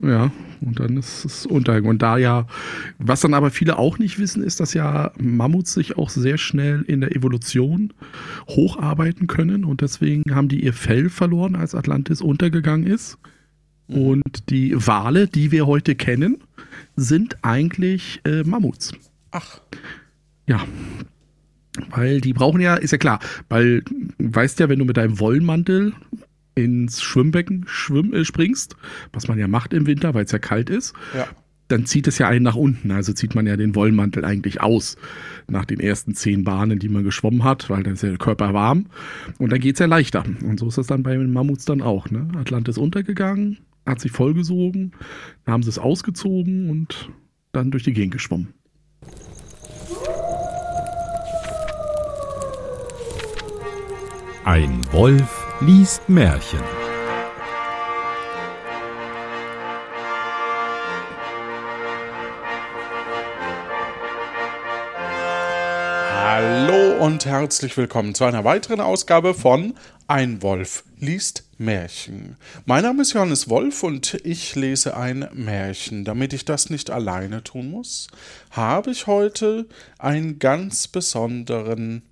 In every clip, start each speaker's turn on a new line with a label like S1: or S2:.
S1: Ja, und dann ist es Untergang. Und da ja, was dann aber viele auch nicht wissen, ist, dass ja Mammuts sich auch sehr schnell in der Evolution hocharbeiten können und deswegen haben die ihr Fell verloren, als Atlantis untergegangen ist. Und die Wale, die wir heute kennen, sind eigentlich Mammuts.
S2: Ach.
S1: Ja. Weil die brauchen ja, ist ja klar, weil weißt ja, wenn du mit deinem Wollmantel ins Schwimmbecken springst, was man ja macht im Winter, weil es ja kalt ist,
S2: Ja.
S1: dann zieht es ja einen nach unten. Also zieht man ja den Wollmantel eigentlich aus nach den ersten 10 Bahnen, die man geschwommen hat, weil dann ist ja der Körper warm und dann geht es ja leichter. Und so ist das dann bei den Mammuts dann auch. Ne? Atlantis untergegangen, hat sich vollgesogen, dann haben sie es ausgezogen und dann durch die Gegend geschwommen.
S3: Ein Wolf liest Märchen.
S2: Hallo und herzlich willkommen zu einer weiteren Ausgabe von Ein Wolf liest Märchen. Mein Name ist Johannes Wolf und ich lese ein Märchen. Damit ich das nicht alleine tun muss, habe ich heute einen ganz besonderen,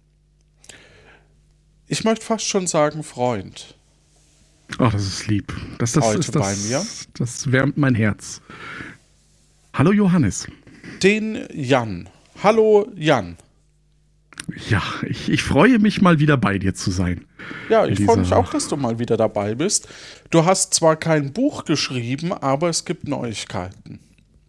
S2: ich möchte fast schon sagen, Freund.
S1: Ach, das ist lieb. Das
S2: Heute bei mir.
S1: Das wärmt mein Herz. Hallo Johannes.
S2: Den Jan. Hallo Jan.
S1: Ja, ich freue mich mal wieder bei dir zu sein.
S2: Ja, ich freue mich auch, dass du mal wieder dabei bist. Du hast zwar kein Buch geschrieben, aber es gibt Neuigkeiten.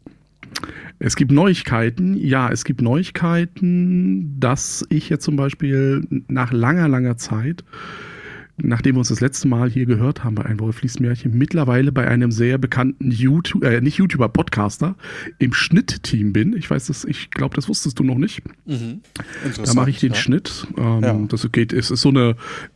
S1: Es gibt Neuigkeiten, ja, es gibt Neuigkeiten, dass ich jetzt zum Beispiel nach langer Zeit, nachdem wir uns das letzte Mal hier gehört haben bei Ein Wolf liest Märchen, mittlerweile bei einem sehr bekannten nicht YouTuber, Podcaster im Schnittteam bin. Ich glaube, das wusstest du noch nicht. Da mache ich den Schnitt. Es ist so eine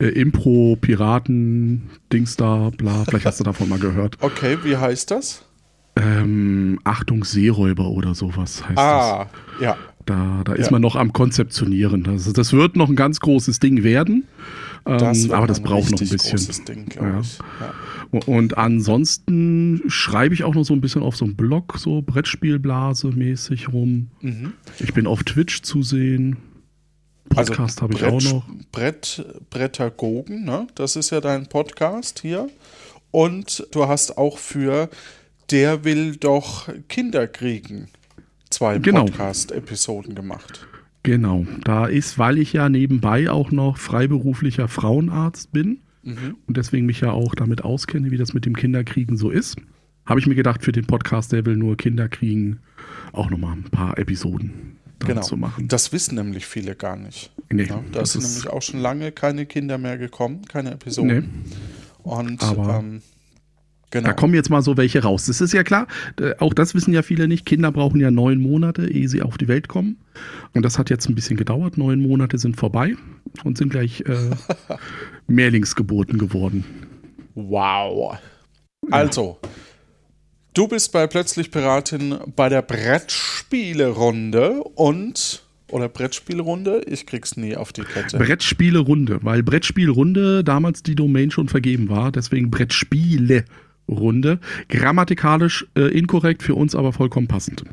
S1: Impro-Piraten-Dings da, bla, vielleicht hast du davon mal gehört.
S2: Okay, wie heißt das?
S1: Achtung, Seeräuber oder sowas heißt das.
S2: Ja.
S1: Da ist man noch am Konzeptionieren. Also das wird noch ein ganz großes Ding werden. Aber das braucht noch ein bisschen.
S2: Großes Ding, glaube ich. Ja.
S1: Und ansonsten schreibe ich auch noch so ein bisschen auf so einem Blog, so Brettspielblase-mäßig rum. Ich bin auf Twitch zu sehen. Podcast habe ich auch noch.
S2: Brettagogen, ne? Das ist ja dein Podcast hier. Und du hast auch für Der will doch Kinder kriegen 2 Podcast-Episoden gemacht.
S1: Genau, da ist, weil ich ja nebenbei auch noch freiberuflicher Frauenarzt bin und deswegen mich ja auch damit auskenne, wie das mit dem Kinderkriegen so ist, habe ich mir gedacht, für den Podcast, der will nur Kinder kriegen, auch nochmal ein paar Episoden zu machen.
S2: Das wissen nämlich viele gar nicht.
S1: Nee,
S2: ja, da sind nämlich auch schon lange keine Kinder mehr gekommen, keine Episoden.
S1: Nee.
S2: Und
S1: Da kommen jetzt mal so welche raus. Das ist ja klar, auch das wissen ja viele nicht. Kinder brauchen ja 9 Monate, ehe sie auf die Welt kommen. Und das hat jetzt ein bisschen gedauert. 9 Monate sind vorbei und sind gleich Mehrlingsgeburten geworden.
S2: Wow. Also, du bist bei Plötzlich Piratin bei der Brettspielerunde oder Brettspielrunde, ich krieg's nie auf die Kette.
S1: Brettspielerunde, weil Brettspielrunde damals die Domain schon vergeben war, deswegen Brettspielerunde. Grammatikalisch inkorrekt, für uns aber vollkommen passend.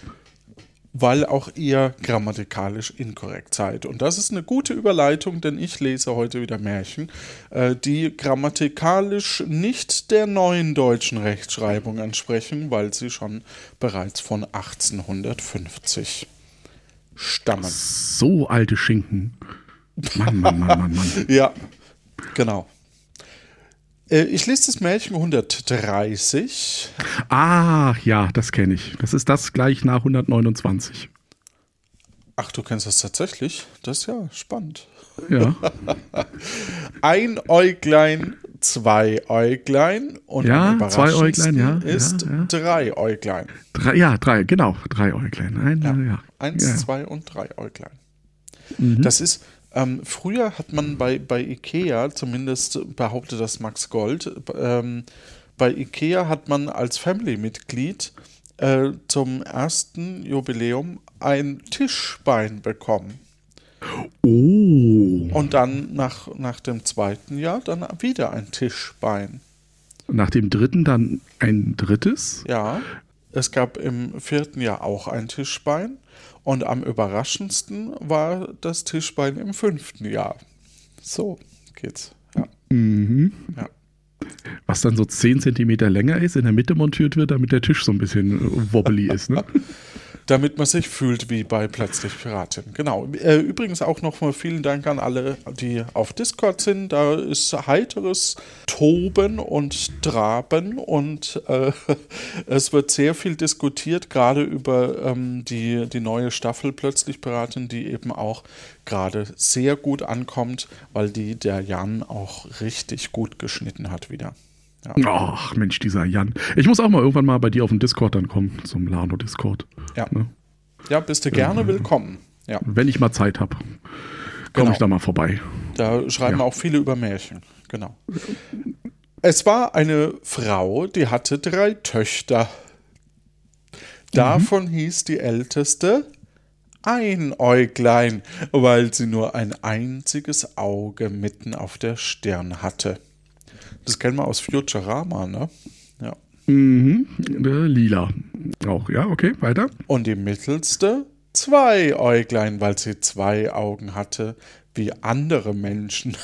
S2: Weil auch ihr grammatikalisch inkorrekt seid. Und das ist eine gute Überleitung, denn ich lese heute wieder Märchen, die grammatikalisch nicht der neuen deutschen Rechtschreibung entsprechen, weil sie schon bereits von 1850 stammen.
S1: So alte Schinken. Mann.
S2: Ja, genau. Ich lese das Märchen 130.
S1: Ah, ja, das kenne ich. Das ist das gleich nach 129.
S2: Ach, du kennst das tatsächlich? Das ist ja spannend.
S1: Ja.
S2: 1 Äuglein, 2 Äuglein und
S1: ja, 2 Äuglein, ja.
S2: ist 3 Äuglein.
S1: 3 Äuglein.
S2: 1, 2 und 3 Äuglein. Das ist, früher hat man bei Ikea, zumindest behauptet das Max Gold, bei Ikea hat man als Family-Mitglied zum ersten Jubiläum ein Tischbein bekommen.
S1: Oh.
S2: Und dann nach dem zweiten Jahr dann wieder ein Tischbein.
S1: Nach dem dritten dann ein drittes.
S2: Ja, es gab im 4. Jahr auch ein Tischbein und am überraschendsten war das Tischbein im 5. Jahr. So geht's. Ja.
S1: Mhm.
S2: Ja.
S1: Was dann so 10 Zentimeter länger ist, in der Mitte montiert wird, damit der Tisch so ein bisschen wobbly ist. Ne?
S2: Damit man sich fühlt wie bei Plötzlich Piratin. Genau. Übrigens auch nochmal vielen Dank an alle, die auf Discord sind. Da ist heiteres Toben und Traben und es wird sehr viel diskutiert, gerade über die neue Staffel Plötzlich Piratin, die eben auch gerade sehr gut ankommt, weil der Jan auch richtig gut geschnitten hat wieder. Ja.
S1: Ach Mensch, dieser Jan. Ich muss auch mal irgendwann mal bei dir auf den Discord dann kommen, zum Lano-Discord.
S2: Ja.
S1: Ne?
S2: Ja, bist du gerne willkommen. Ja.
S1: Wenn ich mal Zeit habe, komme ich da mal vorbei.
S2: Da schreiben auch viele über Märchen. Genau. Es war eine Frau, die hatte 3 Töchter. Davon hieß die älteste Einäuglein, weil sie nur ein einziges Auge mitten auf der Stirn hatte. Das kennen wir aus Futurama, ne? Ja.
S1: Mhm. Lila. Auch, ja, okay, weiter.
S2: Und die mittelste 2 Äuglein, weil sie 2 Augen hatte, wie andere Menschen.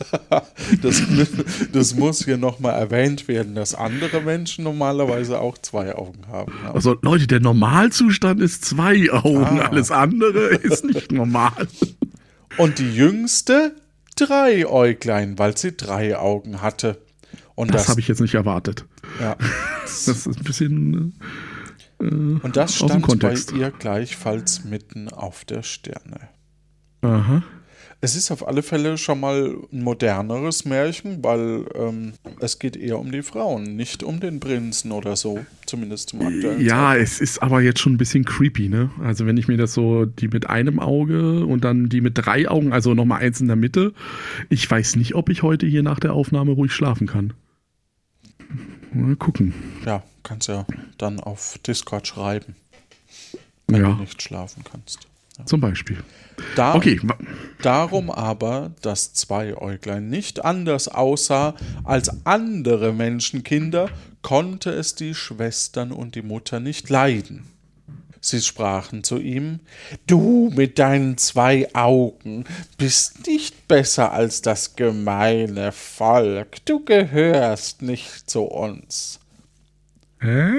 S2: Das muss hier nochmal erwähnt werden, dass andere Menschen normalerweise auch 2 Augen haben. Ja.
S1: Also Leute, der Normalzustand ist 2 Augen, alles andere ist nicht normal.
S2: Und die jüngste 3 Äuglein, weil sie 3 Augen hatte. Und
S1: das habe ich jetzt nicht erwartet.
S2: Ja.
S1: Das ist ein bisschen
S2: und das
S1: aus dem
S2: stand bei
S1: Kontext.
S2: ihr gleichfalls mitten auf der Stirne.
S1: Aha.
S2: Es ist auf alle Fälle schon mal ein moderneres Märchen, weil es geht eher um die Frauen, nicht um den Prinzen oder so, zumindest zum aktuellen
S1: Ja,
S2: Zeitpunkt.
S1: es ist aber jetzt schon ein bisschen creepy, ne? Also wenn ich mir das so, die mit einem Auge und dann die mit 3 Augen, also nochmal eins in der Mitte. Ich weiß nicht, ob ich heute hier nach der Aufnahme ruhig schlafen kann. Mal gucken.
S2: Ja, kannst ja dann auf Discord schreiben, wenn
S1: Ja,
S2: du nicht schlafen kannst.
S1: zum Beispiel.
S2: Da,
S1: Okay,
S2: Darum aber, dass Zweiäuglein nicht anders aussah als andere Menschenkinder, konnte es die Schwestern und die Mutter nicht leiden. Sie sprachen zu ihm: Du mit deinen 2 Augen bist nicht besser als das gemeine Volk, du gehörst nicht zu uns.
S1: hä?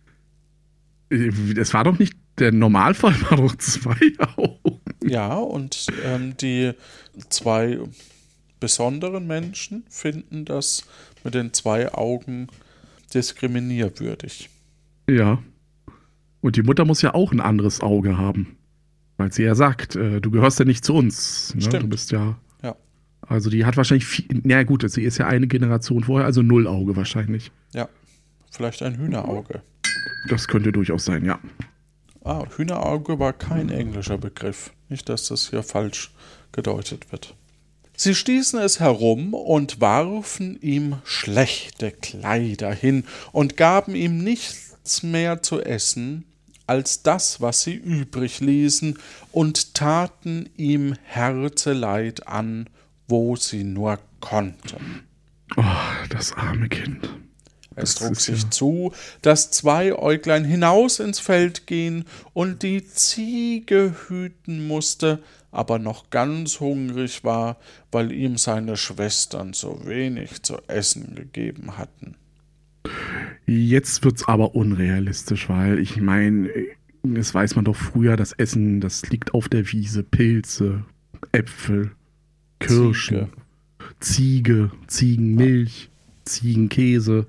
S1: Es war doch nicht, der Normalfall war doch 2 Augen.
S2: Ja, und die 2 besonderen Menschen finden das mit den 2 Augen diskriminierwürdig.
S1: Ja. Und die Mutter muss ja auch ein anderes Auge haben. Weil sie ja sagt, du gehörst ja nicht zu uns. Ne?
S2: Stimmt.
S1: Du bist ja.
S2: Ja.
S1: Also die hat wahrscheinlich na gut, sie ist ja eine Generation vorher, also 0 Auge wahrscheinlich.
S2: Ja, vielleicht ein Hühnerauge.
S1: Das könnte durchaus sein, ja.
S2: Ah, Hühnerauge war kein englischer Begriff. Nicht, dass das hier falsch gedeutet wird. Sie stießen es herum und warfen ihm schlechte Kleider hin und gaben ihm nichts mehr zu essen als das, was sie übrig ließen, und taten ihm Herzeleid an, wo sie nur konnten.
S1: Oh, das arme Kind.
S2: Es
S1: Das
S2: trug
S1: ist
S2: sich
S1: ja-
S2: zu, dass Zweiäuglein hinaus ins Feld gehen und die Ziege hüten musste, aber noch ganz hungrig war, weil ihm seine Schwestern so wenig zu essen gegeben hatten.
S1: Jetzt wird's aber unrealistisch, weil ich meine, das weiß man doch früher, das Essen, das liegt auf der Wiese. Pilze, Äpfel, Kirschen, Ziege, Ziegenmilch, Ziegenkäse.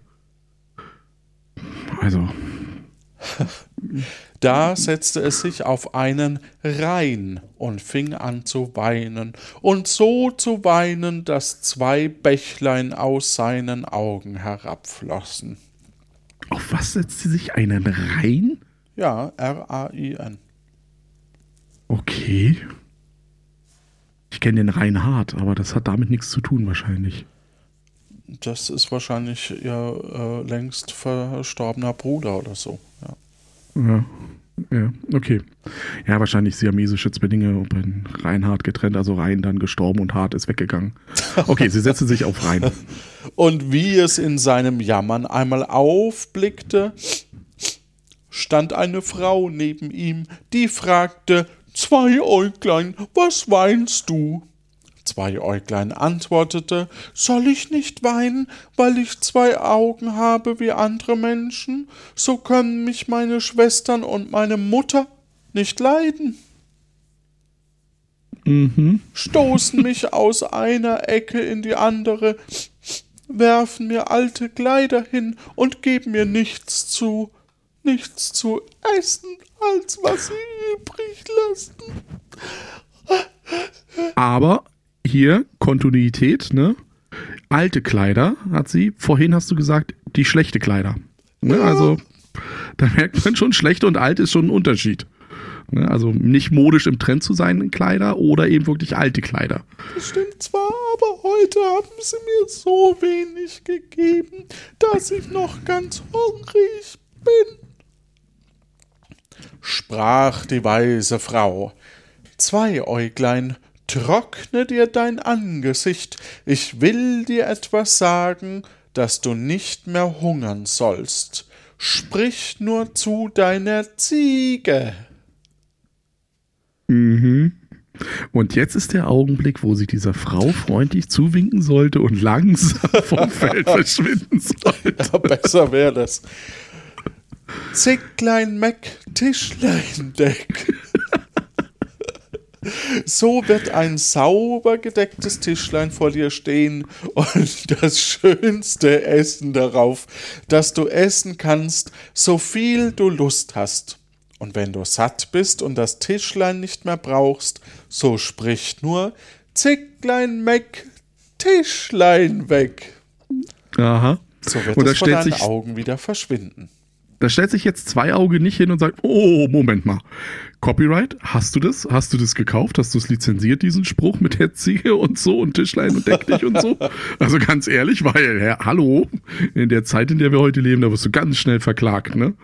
S1: Also,
S2: Da setzte es sich auf einen Rein und fing an zu weinen, und so zu weinen, dass 2 Bächlein aus seinen Augen herabflossen.
S1: auf was setzt sie sich einen rein?
S2: Ja, R-A-I-N.
S1: Okay. Ich kenne den Reinhard, aber das hat damit nichts zu tun wahrscheinlich.
S2: Das ist wahrscheinlich ihr längst verstorbener Bruder oder so. Ja.
S1: Ja. Ja, okay. Ja, wahrscheinlich siamesische Zwillinge und bei Reinhard getrennt, also Rein dann gestorben und Hart ist weggegangen. Okay, sie setzte sich auf Rein.
S2: Und wie es in seinem Jammern einmal aufblickte, stand eine Frau neben ihm, die fragte: Zwei-Äuglein, was weinst du? Zwei-Äuglein antwortete: Soll ich nicht weinen, weil ich 2 Augen habe wie andere Menschen? So können mich meine Schwestern und meine Mutter nicht leiden. Stoßen mich aus einer Ecke in die andere, werfen mir alte Kleider hin und geben mir nichts zu essen, als was sie übrig lassen.
S1: Aber hier Kontinuität, ne? Alte Kleider hat sie. Vorhin hast du gesagt, die schlechte Kleider. Ne?
S2: Ja.
S1: Also da merkt man schon, schlecht und alt ist schon ein Unterschied. Ne? Also nicht modisch im Trend zu sein in Kleider oder eben wirklich alte Kleider.
S2: Das stimmt zwar, aber heute haben sie mir so wenig gegeben, dass ich noch ganz hungrig bin. Sprach die weise Frau: Zwei-Äuglein, trockne dir dein Angesicht, ich will dir etwas sagen, dass du nicht mehr hungern sollst. Sprich nur zu deiner Ziege.
S1: Und jetzt ist der Augenblick, wo sie dieser Frau freundlich zuwinken sollte und langsam vom Feld verschwinden sollte.
S2: Ja, besser wäre das. Zicklein, Meck, Tischlein, Deck. So wird ein sauber gedecktes Tischlein vor dir stehen und das schönste Essen darauf, dass du essen kannst, so viel du Lust hast. Und wenn du satt bist und das Tischlein nicht mehr brauchst, so sprich nur: Zicklein, Meck, Tischlein weg.
S1: Aha.
S2: So wird
S1: Und
S2: es vor deinen Augen wieder verschwinden.
S1: Da stellt sich jetzt Zwei-Auge nicht hin und sagt: Oh, Moment mal. Copyright, hast du das? Hast du das gekauft? Hast du es lizenziert, diesen Spruch mit der Ziege und so und Tischlein und Deck dich und so? Also ganz ehrlich, weil, hallo, in der Zeit, in der wir heute leben, da wirst du ganz schnell verklagt, ne?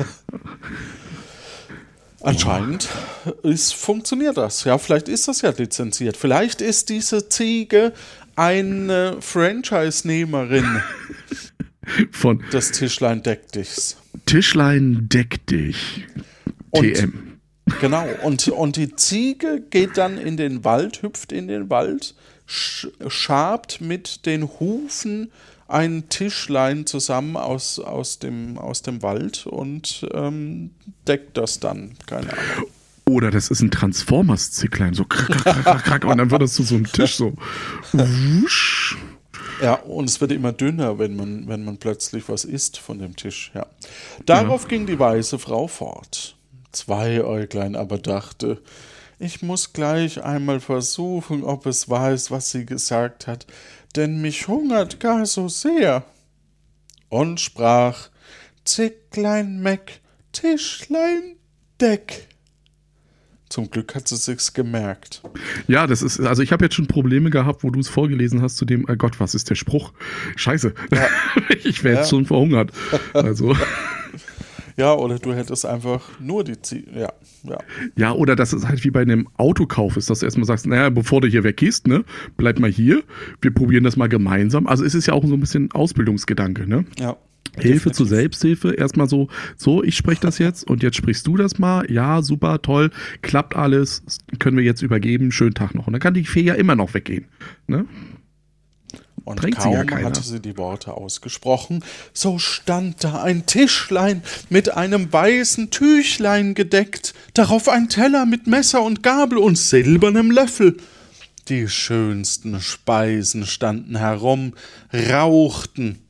S2: Anscheinend funktioniert das. Ja, vielleicht ist das ja lizenziert. Vielleicht ist diese Ziege eine Franchise-Nehmerin
S1: Von
S2: des Tischlein deck dichs.
S1: Tischlein deck dich. TM.
S2: Genau, und die Ziege geht dann in den Wald, hüpft in den Wald, schabt mit den Hufen ein Tischlein zusammen aus dem Wald und deckt das dann, keine Ahnung.
S1: Oder das ist ein Transformers-Zicklein, so krack, krack, krack, krack, und dann wird das zu so einem Tisch so wusch.
S2: Ja, und es wird immer dünner, wenn man plötzlich was isst von dem Tisch. Ja. Darauf ging die weise Frau fort. Zwei-Äuglein aber dachte: Ich muss gleich einmal versuchen, ob es wahr ist, was sie gesagt hat, denn mich hungert gar so sehr. Und sprach: Zicklein, Meck, Tischlein, Deck. Zum Glück hat sie sich's gemerkt.
S1: Ja, das ist, also ich habe jetzt schon Probleme gehabt, wo du es vorgelesen hast zu dem, Gott, was ist der Spruch? Scheiße,
S2: Ja.
S1: ich wäre jetzt schon verhungert. Also.
S2: Ja, oder du hättest einfach nur die Ziege. Ja.
S1: Ja, oder das ist halt wie bei einem Autokauf ist, dass du erstmal sagst, naja, bevor du hier weggehst, ne, bleib mal hier, wir probieren das mal gemeinsam. Also es ist ja auch so ein bisschen Ausbildungsgedanke, ne?
S2: Ja.
S1: Hilfe zur Selbsthilfe, erstmal so, ich spreche das jetzt und jetzt sprichst du das mal, ja, super, toll, klappt alles, können wir jetzt übergeben, schönen Tag noch. Und dann kann die Fee ja immer noch weggehen, ne?
S2: Und
S1: Drängt sie ja
S2: kaum
S1: keiner.
S2: hatte sie die Worte ausgesprochen, so stand da ein Tischlein mit einem weißen Tüchlein gedeckt, darauf ein Teller mit Messer und Gabel und silbernem Löffel. Die schönsten Speisen standen herum, rauchten.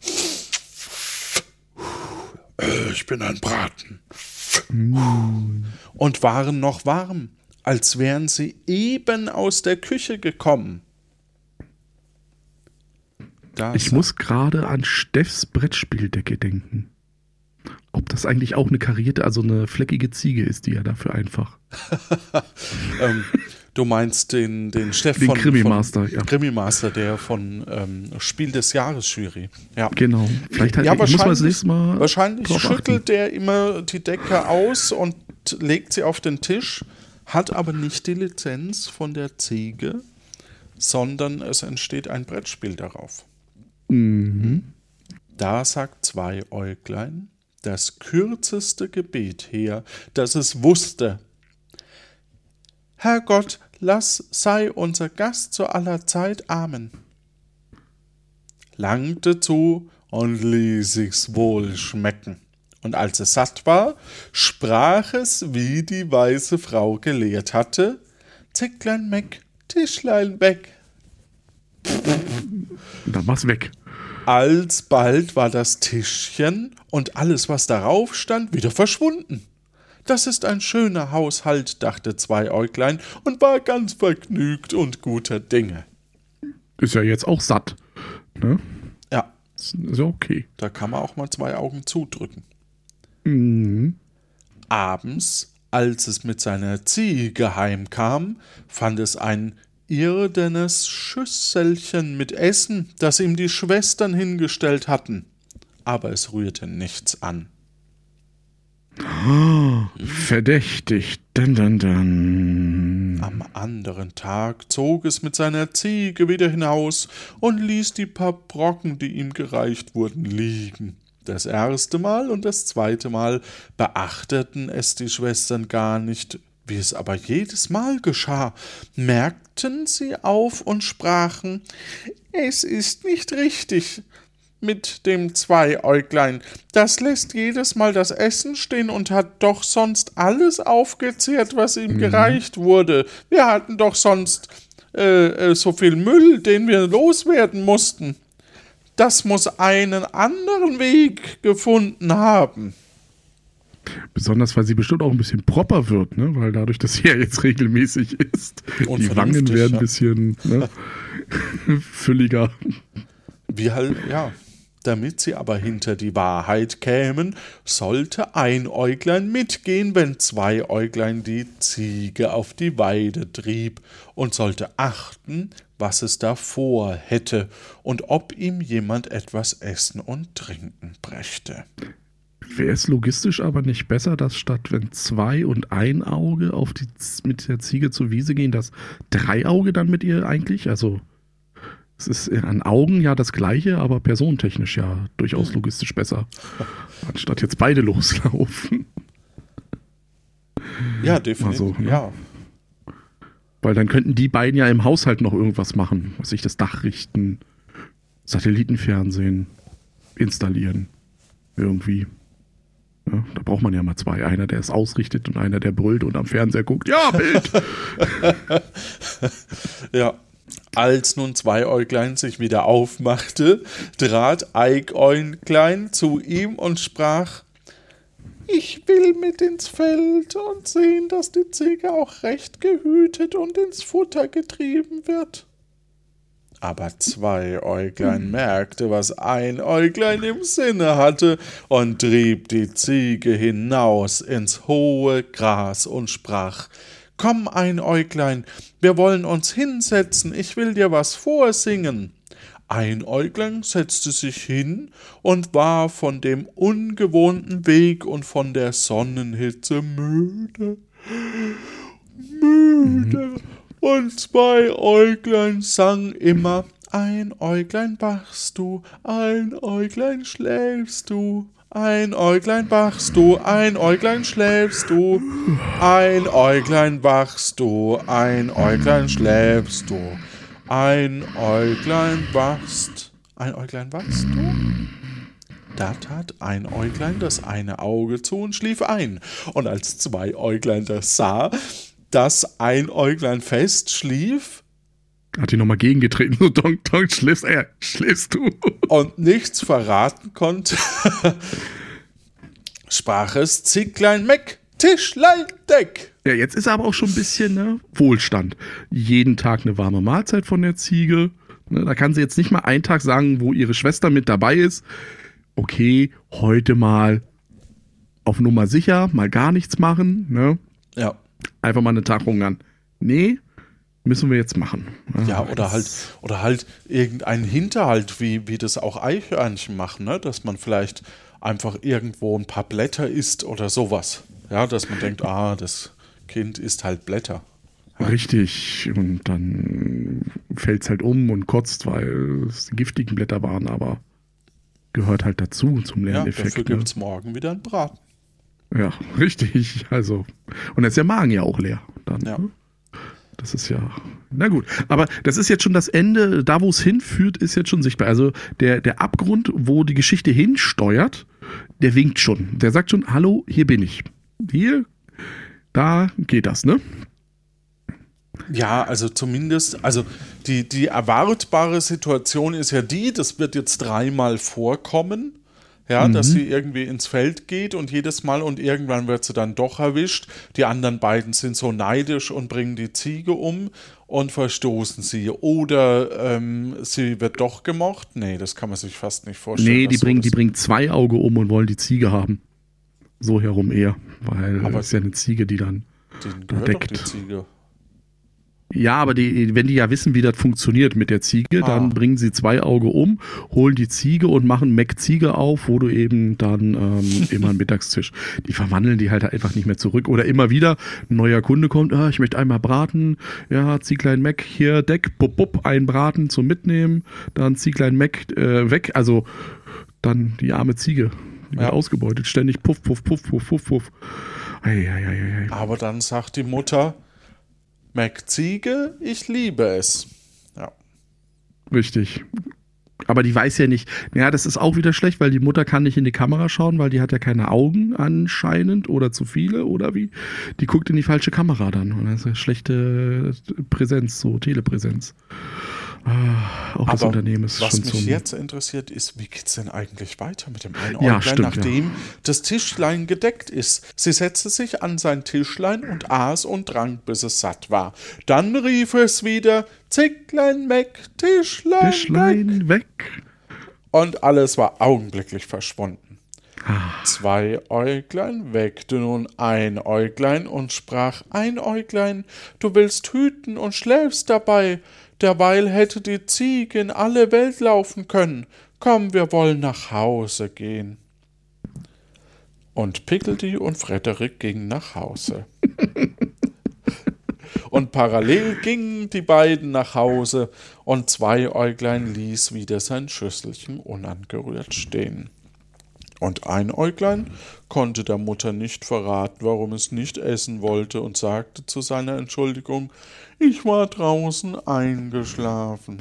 S2: Ich bin ein Braten. Und waren noch warm, als wären sie eben aus der Küche gekommen.
S1: Ich muss gerade an Steffs Brettspieldecke denken. Ob das eigentlich auch eine karierte, also eine fleckige Ziege ist, die ja dafür einfach.
S2: Du meinst den Chef
S1: Den Krimi-Master,
S2: ja. Krimi-Master, der von Spiel des Jahres Jury. Ja.
S1: Genau. Vielleicht
S2: ja,
S1: muss man das nächste Mal.
S2: Wahrscheinlich schüttelt der immer die Decke aus und legt sie auf den Tisch, hat aber nicht die Lizenz von der Ziege, sondern es entsteht ein Brettspiel darauf.
S1: Mhm.
S2: Da sagt Zweieuglein das kürzeste Gebet her, das es wusste. Herrgott, sei unser Gast zu aller Zeit. Amen. Langte zu und ließ sich's wohl schmecken. Und als es satt war, sprach es, wie die weise Frau gelehrt hatte, Zicklein Meck, Tischlein weg.
S1: Dann war's weg.
S2: Alsbald war das Tischchen und alles, was darauf stand, wieder verschwunden. Das ist ein schöner Haushalt, dachte Zweieuglein und war ganz vergnügt und guter Dinge.
S1: Ist ja jetzt auch satt. Ne?
S2: Ja.
S1: Ist ja okay.
S2: Da kann man auch mal 2 Augen zudrücken.
S1: Mhm.
S2: Abends, als es mit seiner Ziege heimkam, fand es ein irdenes Schüsselchen mit Essen, das ihm die Schwestern hingestellt hatten. Aber es rührte nichts an.
S1: Verdächtig. Dun.
S2: Am anderen Tag zog es mit seiner Ziege wieder hinaus und ließ die paar Brocken, die ihm gereicht wurden, liegen. Das erste Mal und das zweite Mal beachteten es die Schwestern gar nicht, wie es aber jedes Mal geschah, merkten sie auf und sprachen, es ist nicht richtig mit dem Zweieuglein. Das lässt jedes Mal das Essen stehen und hat doch sonst alles aufgezehrt, was ihm gereicht wurde. Wir hatten doch sonst so viel Müll, den wir loswerden mussten. Das muss einen anderen Weg gefunden haben.
S1: Besonders, weil sie bestimmt auch ein bisschen proper wird, ne? Weil dadurch, dass sie ja jetzt regelmäßig isst,
S2: Und
S1: die Wangen werden
S2: ja.
S1: ein bisschen fülliger.
S2: Wie halt, ja. Damit sie aber hinter die Wahrheit kämen, sollte Einäuglein mitgehen, wenn Zweieuglein die Ziege auf die Weide trieb und sollte achten, was es davor hätte und ob ihm jemand etwas essen und trinken brächte.
S1: Wäre es logistisch aber nicht besser, dass statt wenn 2 und 1 Auge mit der Ziege zur Wiese gehen, dass 3 Auge dann mit ihr eigentlich, also es ist an Augen ja das Gleiche, aber personentechnisch ja durchaus logistisch besser, anstatt jetzt beide loslaufen.
S2: Ja, definitiv,
S1: so, ne?
S2: ja.
S1: Weil dann könnten die beiden ja im Haushalt noch irgendwas machen, was sich das Dach richten, Satellitenfernsehen installieren, irgendwie. Ja, da braucht man ja mal 2. Einer, der es ausrichtet und einer, der brüllt und am Fernseher guckt. Ja, Bild!
S2: Ja. Als nun Zweieuglein sich wieder aufmachte, trat Einäuglein zu ihm und sprach, ich will mit ins Feld und sehen, dass die Ziege auch recht gehütet und ins Futter getrieben wird. Aber Zweieuglein merkte, was Einäuglein im Sinne hatte und trieb die Ziege hinaus ins hohe Gras und sprach, komm, Einäuglein, wir wollen uns hinsetzen, ich will dir was vorsingen. Einäuglein setzte sich hin und war von dem ungewohnten Weg und von der Sonnenhitze müde. Und Zweieuglein sang immer, Einäuglein wachst du, Einäuglein schläfst du. Einäuglein wachst du, Einäuglein schläfst du, Einäuglein wachst du, Einäuglein schläfst du, Einäuglein wachst du? Da tat Einäuglein das eine Auge zu und schlief ein. Und als Zweieuglein das sah, dass Einäuglein fest schlief,
S1: hat ihn nochmal gegengetreten, so donk, schläfst du.
S2: Und nichts verraten konnte, sprach es Zicklein Meck, Tischlein Deck.
S1: Ja, jetzt ist aber auch schon ein bisschen Wohlstand. Jeden Tag eine warme Mahlzeit von der Ziege. Ne, da kann sie jetzt nicht mal einen Tag sagen, wo ihre Schwester mit dabei ist. Okay, heute mal auf Nummer sicher, mal gar nichts machen. Ne?
S2: Ja.
S1: Einfach mal einen Tag hungern. Nee, müssen wir jetzt machen.
S2: Ja, oder halt irgendein Hinterhalt, wie das auch Eichhörnchen machen, ne? Dass man vielleicht einfach irgendwo ein paar Blätter isst oder sowas. Ja, dass man denkt, das Kind isst halt Blätter.
S1: Richtig, und dann fällt es halt um und kotzt, weil es die giftigen Blätter waren, aber gehört halt dazu zum Lerneffekt.
S2: Dafür gibt es morgen wieder einen Braten.
S1: Ja, richtig. Also, und dann ist der Magen ja auch leer. Dann,
S2: Ja.
S1: ne? Das ist ja, na gut. Aber das ist jetzt schon das Ende, da wo es hinführt, ist jetzt schon sichtbar. Also der Abgrund, wo die Geschichte hinsteuert, der winkt schon. Der sagt schon, hallo, hier bin ich. Hier, da geht das, ne?
S2: Ja, also zumindest, also die erwartbare Situation ist ja das wird jetzt 3-mal vorkommen, ja, dass sie irgendwie ins Feld geht und jedes Mal und irgendwann wird sie dann doch erwischt. Die anderen beiden sind so neidisch und bringen die Ziege um und verstoßen sie. Oder sie wird doch gemocht. Nee, das kann man sich fast nicht vorstellen.
S1: Nee, die bringen 2 Auge um und wollen die Ziege haben. So herum eher, weil
S2: Aber
S1: es ist ja eine Ziege, die dann
S2: denen
S1: da
S2: gehört doch
S1: deckt.
S2: die Ziege.
S1: Ja, aber wenn die ja wissen, wie das funktioniert mit der Ziege, dann bringen sie 2 Auge um, holen die Ziege und machen Mac-Ziege auf, wo du eben dann immer einen Mittagstisch. Die verwandeln die halt einfach nicht mehr zurück. Oder immer wieder ein neuer Kunde kommt, ich möchte einmal braten, ja, Zieglein Mac, hier, Deck, bup, ein Braten zum Mitnehmen, dann Zieglein Mac weg. Also dann die arme Ziege, die wird ausgebeutet, ständig puff. Ei.
S2: Aber dann sagt die Mutter, Mac-Ziege, ich liebe es. Ja.
S1: Richtig. Aber die weiß ja nicht, ja, das ist auch wieder schlecht, weil die Mutter kann nicht in die Kamera schauen, weil die hat ja keine Augen anscheinend oder zu viele oder wie. Die guckt in die falsche Kamera dann und das ist eine schlechte Präsenz, so Telepräsenz. Auch das
S2: Aber
S1: Unternehmen ist
S2: was
S1: schon
S2: mich jetzt interessiert ist, wie geht es denn eigentlich weiter mit dem Einäuglein,
S1: Ja, stimmt,
S2: nachdem das Tischlein gedeckt ist? Sie setzte sich an sein Tischlein und aß und trank, bis es satt war. Dann rief es wieder, Zicklein Meck, Tischlein
S1: weg.
S2: Und alles war augenblicklich verschwunden. 2 Äuglein weckte nun ein Äuglein und sprach, ein Äuglein, du willst hüten und schläfst dabei, derweil hätte die Ziege in alle Welt laufen können. Komm, wir wollen nach Hause gehen. Und Pickelty und Frederik gingen nach Hause. Und parallel gingen die beiden nach Hause und 2 Äuglein ließ wieder sein Schüsselchen unangerührt stehen. Und ein Äuglein konnte der Mutter nicht verraten, warum es nicht essen wollte und sagte zu seiner Entschuldigung, ich war draußen eingeschlafen.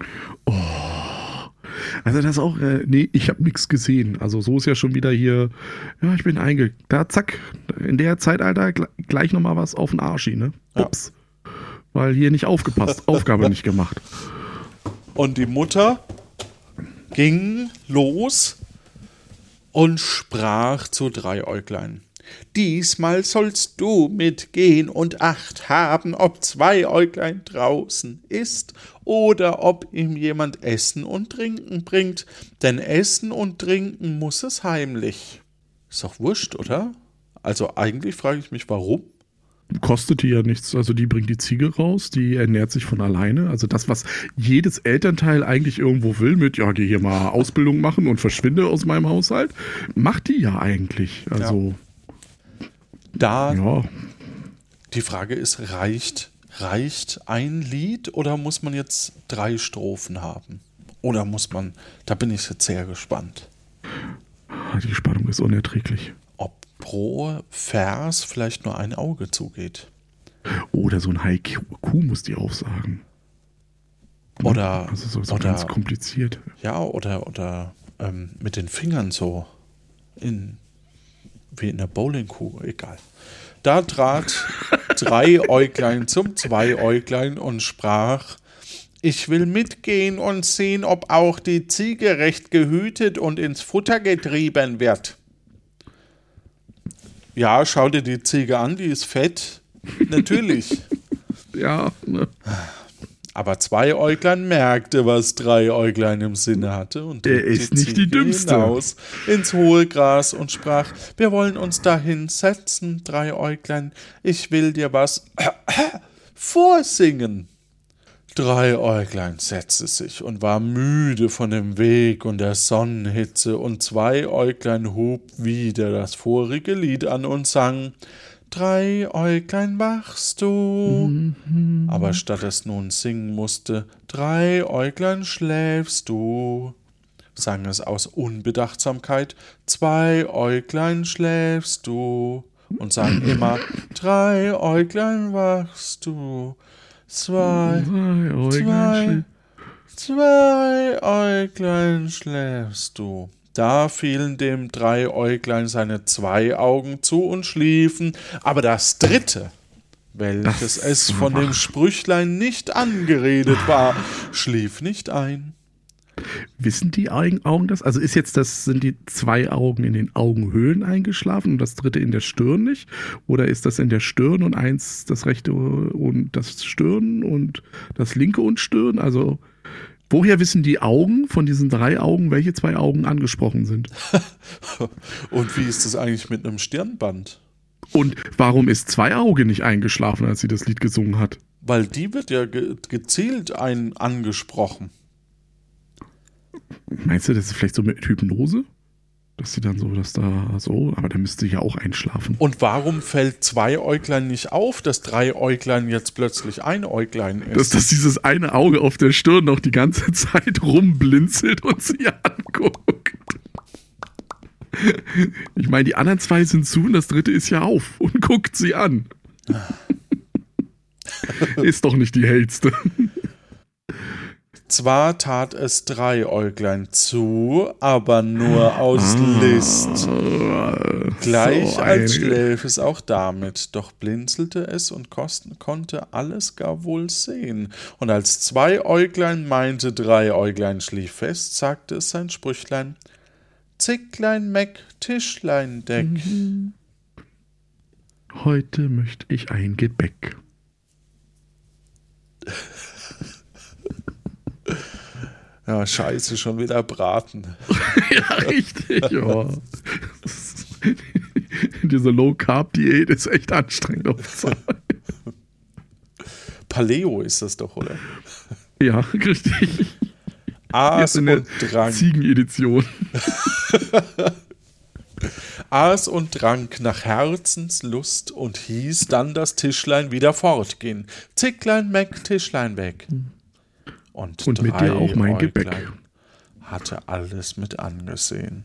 S1: Also das auch, nee, ich habe nichts gesehen. Also so ist ja schon wieder hier, ja, ich bin da zack, in der Zeitalter gleich nochmal was auf den Arschi, ne? Ups. Ja. Weil hier nicht aufgepasst, Aufgabe nicht gemacht.
S2: Und die Mutter ging los und sprach zu 3 Äuglein. Diesmal sollst du mitgehen und Acht haben, ob 2 Äuglein draußen ist oder ob ihm jemand Essen und Trinken bringt, denn Essen und Trinken muss es heimlich. Ist doch wurscht, oder? Also eigentlich frage ich mich, warum?
S1: Kostet die ja nichts, also die bringt die Ziege raus, die ernährt sich von alleine. Also das, was jedes Elternteil eigentlich irgendwo will mit, ja, geh hier mal Ausbildung machen und verschwinde aus meinem Haushalt, macht die ja eigentlich. Also ja.
S2: Die Frage ist, reicht ein Lied oder muss man jetzt 3 Strophen haben? Oder muss man, da bin ich jetzt sehr gespannt.
S1: Die Spannung ist unerträglich.
S2: Ob pro Vers vielleicht nur ein Auge zugeht.
S1: Oder so ein Haiku muss die auch sagen.
S2: Oder,
S1: also so
S2: oder
S1: ganz kompliziert.
S2: Ja, oder mit den Fingern so wie in der Bowlingkugel, egal. Da trat 3 Äuglein zum 2 Äuglein und sprach, ich will mitgehen und sehen, ob auch die Ziege recht gehütet und ins Futter getrieben wird. Ja, schau dir die Ziege an, die ist fett. Natürlich.
S1: Ja, ne?
S2: Aber 2 Äuglein merkte, was 3 Äuglein im Sinne hatte und
S1: der ist nicht die Dümmste.
S2: Hinaus ins hohe Gras und sprach, wir wollen uns dahin setzen, 3 Äuglein, ich will dir was vorsingen. Dreieuglein setzte sich und war müde von dem Weg und der Sonnenhitze, und Zweieuglein hub wieder das vorige Lied an und sang: Dreieuglein wachst du. Aber statt es nun singen musste: Dreieuglein schläfst du, sang es aus Unbedachtsamkeit: Zweieuglein schläfst du, und sang immer: Dreieuglein wachst du. Zwei Äuglein schläfst du. Da fielen dem Dreieuglein seine 2 Augen zu und schliefen, aber das dritte, welches es von dem Sprüchlein nicht angeredet war, schlief nicht ein.
S1: Wissen die Augen das? Also sind die 2 Augen in den Augenhöhlen eingeschlafen und das dritte in der Stirn nicht? Oder ist das in der Stirn und eins das rechte und das Stirn und das linke und Stirn? Also woher wissen die Augen von diesen 3 Augen, welche 2 Augen angesprochen sind?
S2: Und wie ist das eigentlich mit einem Stirnband?
S1: Und warum ist 2 Auge nicht eingeschlafen, als sie das Lied gesungen hat?
S2: Weil die wird ja gezielt angesprochen.
S1: Meinst du, das ist vielleicht so mit Hypnose? Dass sie dann so, aber da müsste sie ja auch einschlafen.
S2: Und warum fällt 2 Äuglein nicht auf, dass 3 Äuglein jetzt plötzlich 1 Äuglein ist?
S1: Dass dieses eine Auge auf der Stirn noch die ganze Zeit rumblinzelt und sie anguckt. Ich meine, die anderen 2 sind zu und das dritte ist ja auf und guckt sie an. Ist doch nicht die hellste.
S2: Zwar tat es 3 Äuglein zu, aber nur aus List. Gleich
S1: so
S2: als schläfe es auch damit, doch blinzelte es und konnte alles gar wohl sehen. Und als 2 Äuglein meinte, 3 Äuglein schlief fest, sagte es sein Sprüchlein: Zicklein, Meck, Tischlein, Deck.
S1: Heute möchte ich ein Gebäck.
S2: Ja, scheiße, schon wieder braten.
S1: Ja, richtig. Ja. Diese Low-Carb-Diät ist echt anstrengend auf Zeit.
S2: Paleo ist das doch, oder?
S1: Ja, richtig.
S2: Aas
S1: in
S2: und
S1: der
S2: Drang.
S1: Ziegenedition.
S2: Aß und trank nach Herzenslust und hieß dann das Tischlein wieder fortgehen. Zicklein, Meck, Tischlein weg. Und
S1: mit dir auch mein Gebäck.
S2: Hatte alles mit angesehen.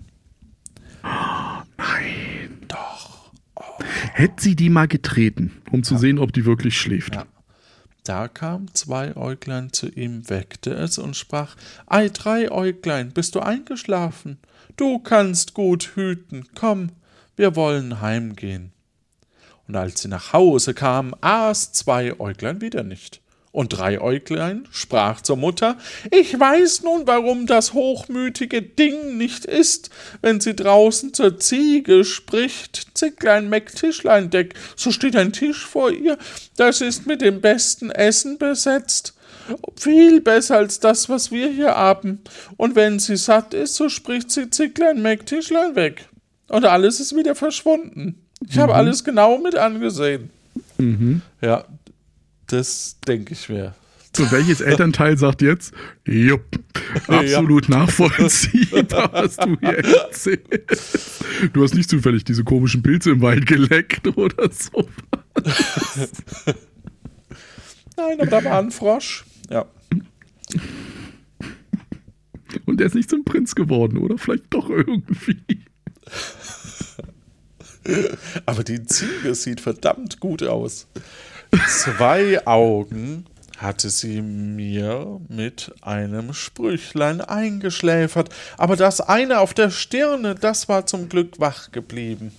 S1: Nein.
S2: Doch. Oh.
S1: Hätte sie die mal getreten, um zu sehen, ob die wirklich schläft.
S2: Ja. Da kam 2 Äuglein zu ihm, weckte es und sprach: Ei, 3 Äuglein, bist du eingeschlafen? Du kannst gut hüten, komm, wir wollen heimgehen. Und als sie nach Hause kamen, aß 2 Äuglein wieder nicht. Und 3 Äuglein sprach zur Mutter: Ich weiß nun, warum das hochmütige Ding nicht isst, wenn sie draußen zur Ziege spricht. Zicklein, Meck, Tischlein, Deck, so steht ein Tisch vor ihr, das ist mit dem besten Essen besetzt. Viel besser als das, was wir hier haben. Und wenn sie satt ist, so spricht sie: Zicklein, Meck, Tischlein weg. Und alles ist wieder verschwunden. Ich habe alles genau mit angesehen. Ja, das denke ich mir.
S1: So, welches Elternteil sagt jetzt: Jupp, absolut nachvollziehbar, was du hier erzählst. Du hast nicht zufällig diese komischen Pilze im Wald geleckt oder so.
S2: Nein, aber da war ein Frosch. Ja.
S1: Und der ist nicht zum Prinz geworden, oder? Vielleicht doch irgendwie.
S2: Aber die Ziege sieht verdammt gut aus. 2 Augen hatte sie mir mit einem Sprüchlein eingeschläfert, aber das eine auf der Stirne, das war zum Glück wach geblieben.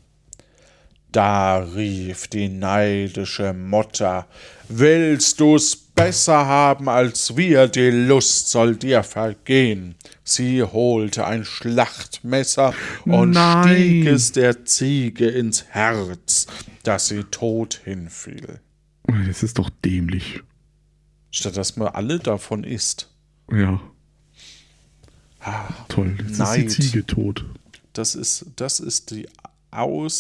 S2: Da rief die neidische Mutter: Willst du's besser haben als wir, die Lust soll dir vergehen. Sie holte ein Schlachtmesser und stieg es der Ziege ins Herz, dass sie tot hinfiel.
S1: Das ist doch dämlich.
S2: Statt dass man alle davon isst.
S1: Ja. Toll, jetzt
S2: Neid.
S1: ist die Ziege tot.
S2: Das ist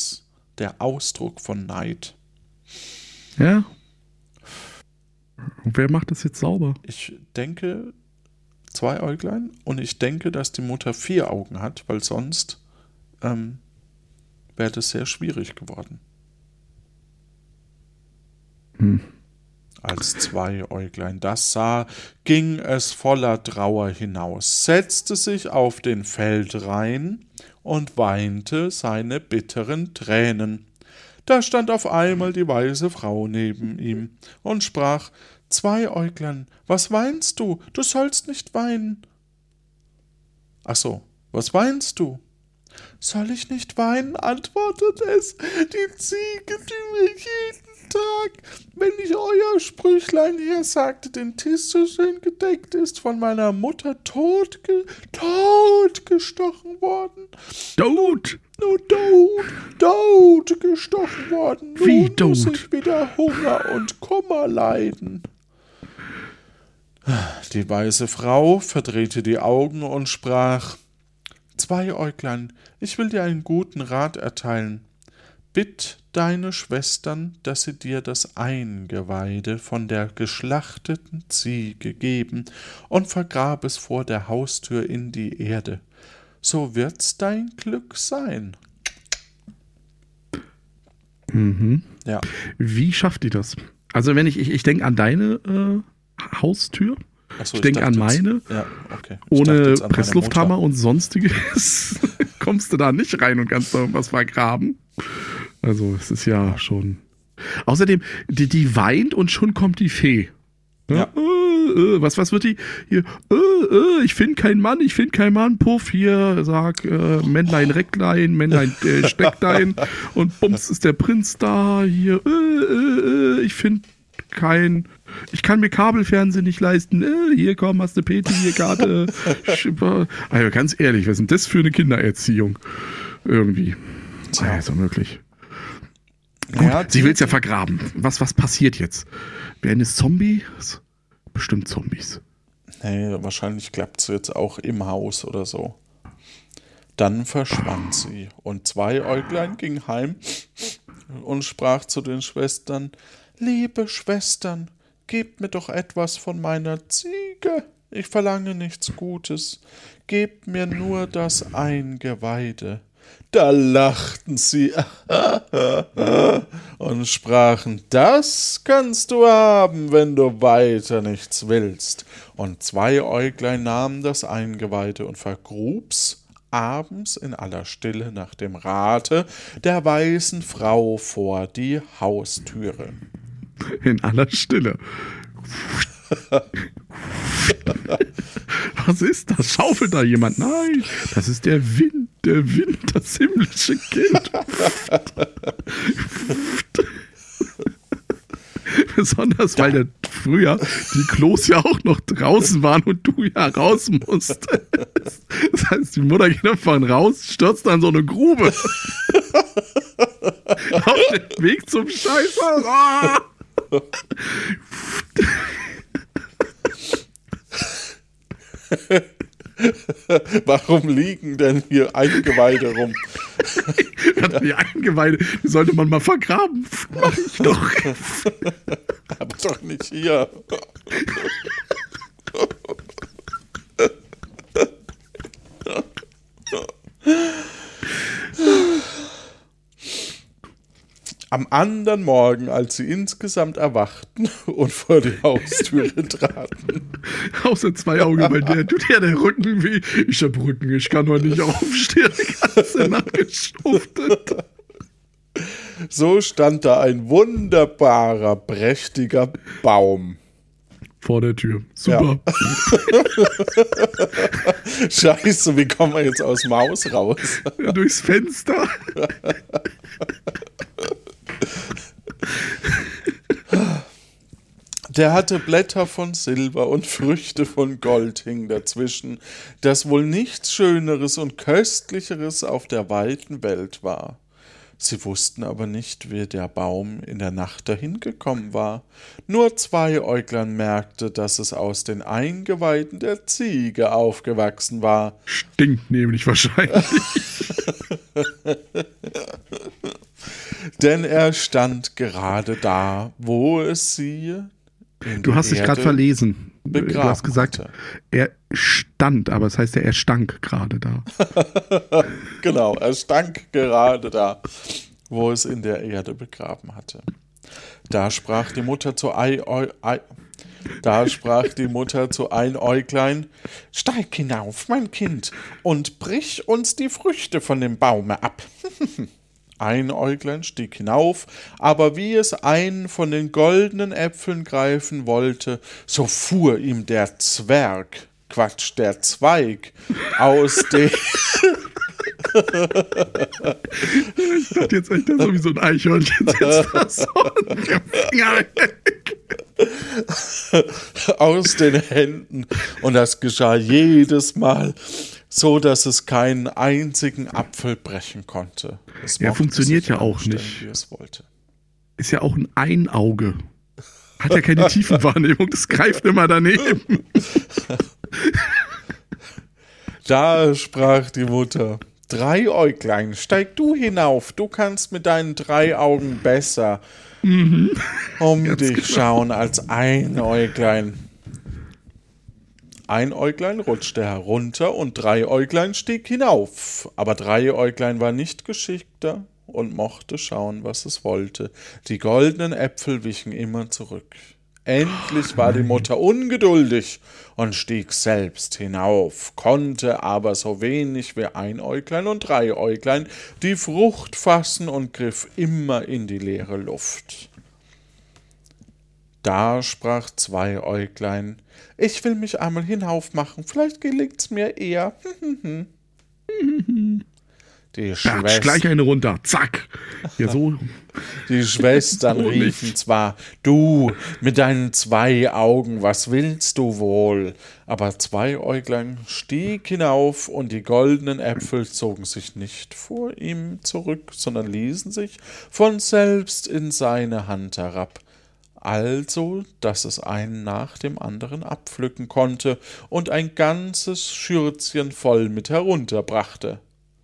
S2: der Ausdruck von Neid.
S1: Ja. Und wer macht das jetzt sauber?
S2: Ich denke 2 Äuglein und ich denke, dass die Mutter 4 Augen hat, weil sonst wäre das sehr schwierig geworden. Als 2 Äuglein das sah, ging es voller Trauer hinaus, setzte sich auf den Feldrein und weinte seine bitteren Tränen. Da stand auf einmal die weise Frau neben ihm und sprach: 2 Äuglein, was weinst du? Du sollst nicht weinen. Ach so, was weinst du? Soll ich nicht weinen, antwortet es, die Ziege, die mir jeden Tag, wenn ich euer Sprüchlein hier sagte, den Tisch so schön gedeckt ist, von meiner Mutter totgestochen worden.
S1: Tot!
S2: Tot gestochen worden.
S1: Wie
S2: Nun muss
S1: tot?
S2: ich wieder Hunger und Kummer leiden. Die weise Frau verdrehte die Augen und sprach: 2 Äuglein, ich will dir einen guten Rat erteilen. Bitt deine Schwestern, dass sie dir das Eingeweide von der geschlachteten Ziege geben und vergrab es vor der Haustür in die Erde. So wird's dein Glück sein. Ja.
S1: Wie schafft die das? Also wenn ich denke an deine Haustür,
S2: Ach so,
S1: ich denke an
S2: dachte jetzt-
S1: meine,
S2: Ja, okay. Ich dachte
S1: ohne
S2: jetzt an meine
S1: Presslufthammer
S2: Mutter.
S1: und sonstiges kommst du da nicht rein und kannst da irgendwas vergraben. Also es ist ja schon... Außerdem, die weint und schon kommt die Fee.
S2: Ja.
S1: Was wird die hier? Ich finde keinen Mann, Puff, hier, sag Männlein, Recklein, Männlein, Stecklein und bums ist der Prinz da, hier, ich kann mir Kabelfernsehen nicht leisten, hier komm, hast du Peti, hier Karte. Also ganz ehrlich, was ist denn das für eine Kindererziehung? Irgendwie.
S2: Tja.
S1: Also möglich.
S2: Ja,
S1: Sie will es ja vergraben. Was passiert jetzt? Werden es Zombies? Bestimmt Zombies.
S2: Nee, wahrscheinlich klappt es jetzt auch im Haus oder so. Dann verschwand sie und 2 Äuglein ging heim und sprach zu den Schwestern: Liebe Schwestern, gebt mir doch etwas von meiner Ziege. Ich verlange nichts Gutes. Gebt mir nur das Eingeweide. Da lachten sie und sprachen: Das kannst du haben, wenn du weiter nichts willst. Und 2 Äuglein nahmen das Eingeweide und vergrub's abends in aller Stille nach dem Rate der weisen Frau vor die Haustüre.
S1: In aller Stille. Was ist das? Schaufelt da jemand? Nein, das ist der Wind, das himmlische Kind. Besonders, weil der früher die Klos ja auch noch draußen waren und du ja raus musstest. Das heißt, die Mutter geht einfach raus, stürzt dann so eine Grube. Auf dem Weg zum Scheißhaus. Ah!
S2: Warum liegen denn hier Eingeweide rum?
S1: Die Eingeweide, die sollte man mal vergraben. Mach ich doch.
S2: Aber doch nicht hier. Am anderen Morgen, als sie insgesamt erwachten und vor die Haustüre traten,
S1: Außer 2 Augen, weil der tut ja der Rücken weh. Ich hab Rücken, ich kann heute nicht aufstehen. Die ganze Nacht geschuftet.
S2: so stand da ein wunderbarer, prächtiger Baum.
S1: Vor der Tür. Super.
S2: Scheiße, wie kommen wir jetzt aus dem Haus raus?
S1: Ja, durchs Fenster.
S2: Der hatte Blätter von Silber und Früchte von Gold hingen dazwischen, das wohl nichts Schöneres und Köstlicheres auf der weiten Welt war. Sie wussten aber nicht, wie der Baum in der Nacht dahin gekommen war. Nur 2 Äuglein merkte, dass es aus den Eingeweiden der Ziege aufgewachsen war.
S1: Stinkt nämlich wahrscheinlich.
S2: Denn er stand gerade da, wo es sie
S1: Du hast dich gerade verlesen. Du hast gesagt,
S2: hatte.
S1: er stand, aber es heißt ja, er stank gerade da.
S2: Genau, er stank gerade da, wo es in der Erde begraben hatte. Da sprach die Mutter zu Einäuglein: Steig hinauf, mein Kind, und brich uns die Früchte von dem Baume ab. Einäuglein stieg hinauf, aber wie es einen von den goldenen Äpfeln greifen wollte, so fuhr ihm der Zweig aus dem...
S1: Ich dachte jetzt echt, so wie so ein Eichhörnchen sitzt das so.
S2: aus den Händen. Und das geschah jedes Mal, so dass es keinen einzigen Apfel brechen konnte.
S1: Ja, funktioniert ja auch nicht.
S2: Wie es wollte.
S1: Ist ja auch ein Einauge. Hat ja keine Tiefenwahrnehmung, das greift immer daneben.
S2: Da sprach die Mutter: Dreiäuglein, steig du hinauf, du kannst mit deinen 3 Augen besser um dich schauen als Einäuglein. Einäuglein rutschte herunter und Dreiäuglein stieg hinauf. Aber Dreiäuglein war nicht geschickter und mochte schauen, was es wollte. Die goldenen Äpfel wichen immer zurück. Endlich war die Mutter ungeduldig und stieg selbst hinauf, konnte aber so wenig wie Einäuglein und Dreiäuglein die Frucht fassen und griff immer in die leere Luft. Da sprach Zweiäuglein: Ich will mich einmal hinaufmachen, vielleicht gelingt's mir eher. Die
S1: Gleich eine runter, zack. Ja, so.
S2: Die Schwestern
S1: So
S2: riefen
S1: nicht.
S2: zwar: Du mit deinen 2 Augen, was willst du wohl? Aber Zweiäuglein stieg hinauf und die goldenen Äpfel zogen sich nicht vor ihm zurück, sondern ließen sich von selbst in seine Hand herab. Also, dass es einen nach dem anderen abpflücken konnte und ein ganzes Schürzchen voll mit herunterbrachte.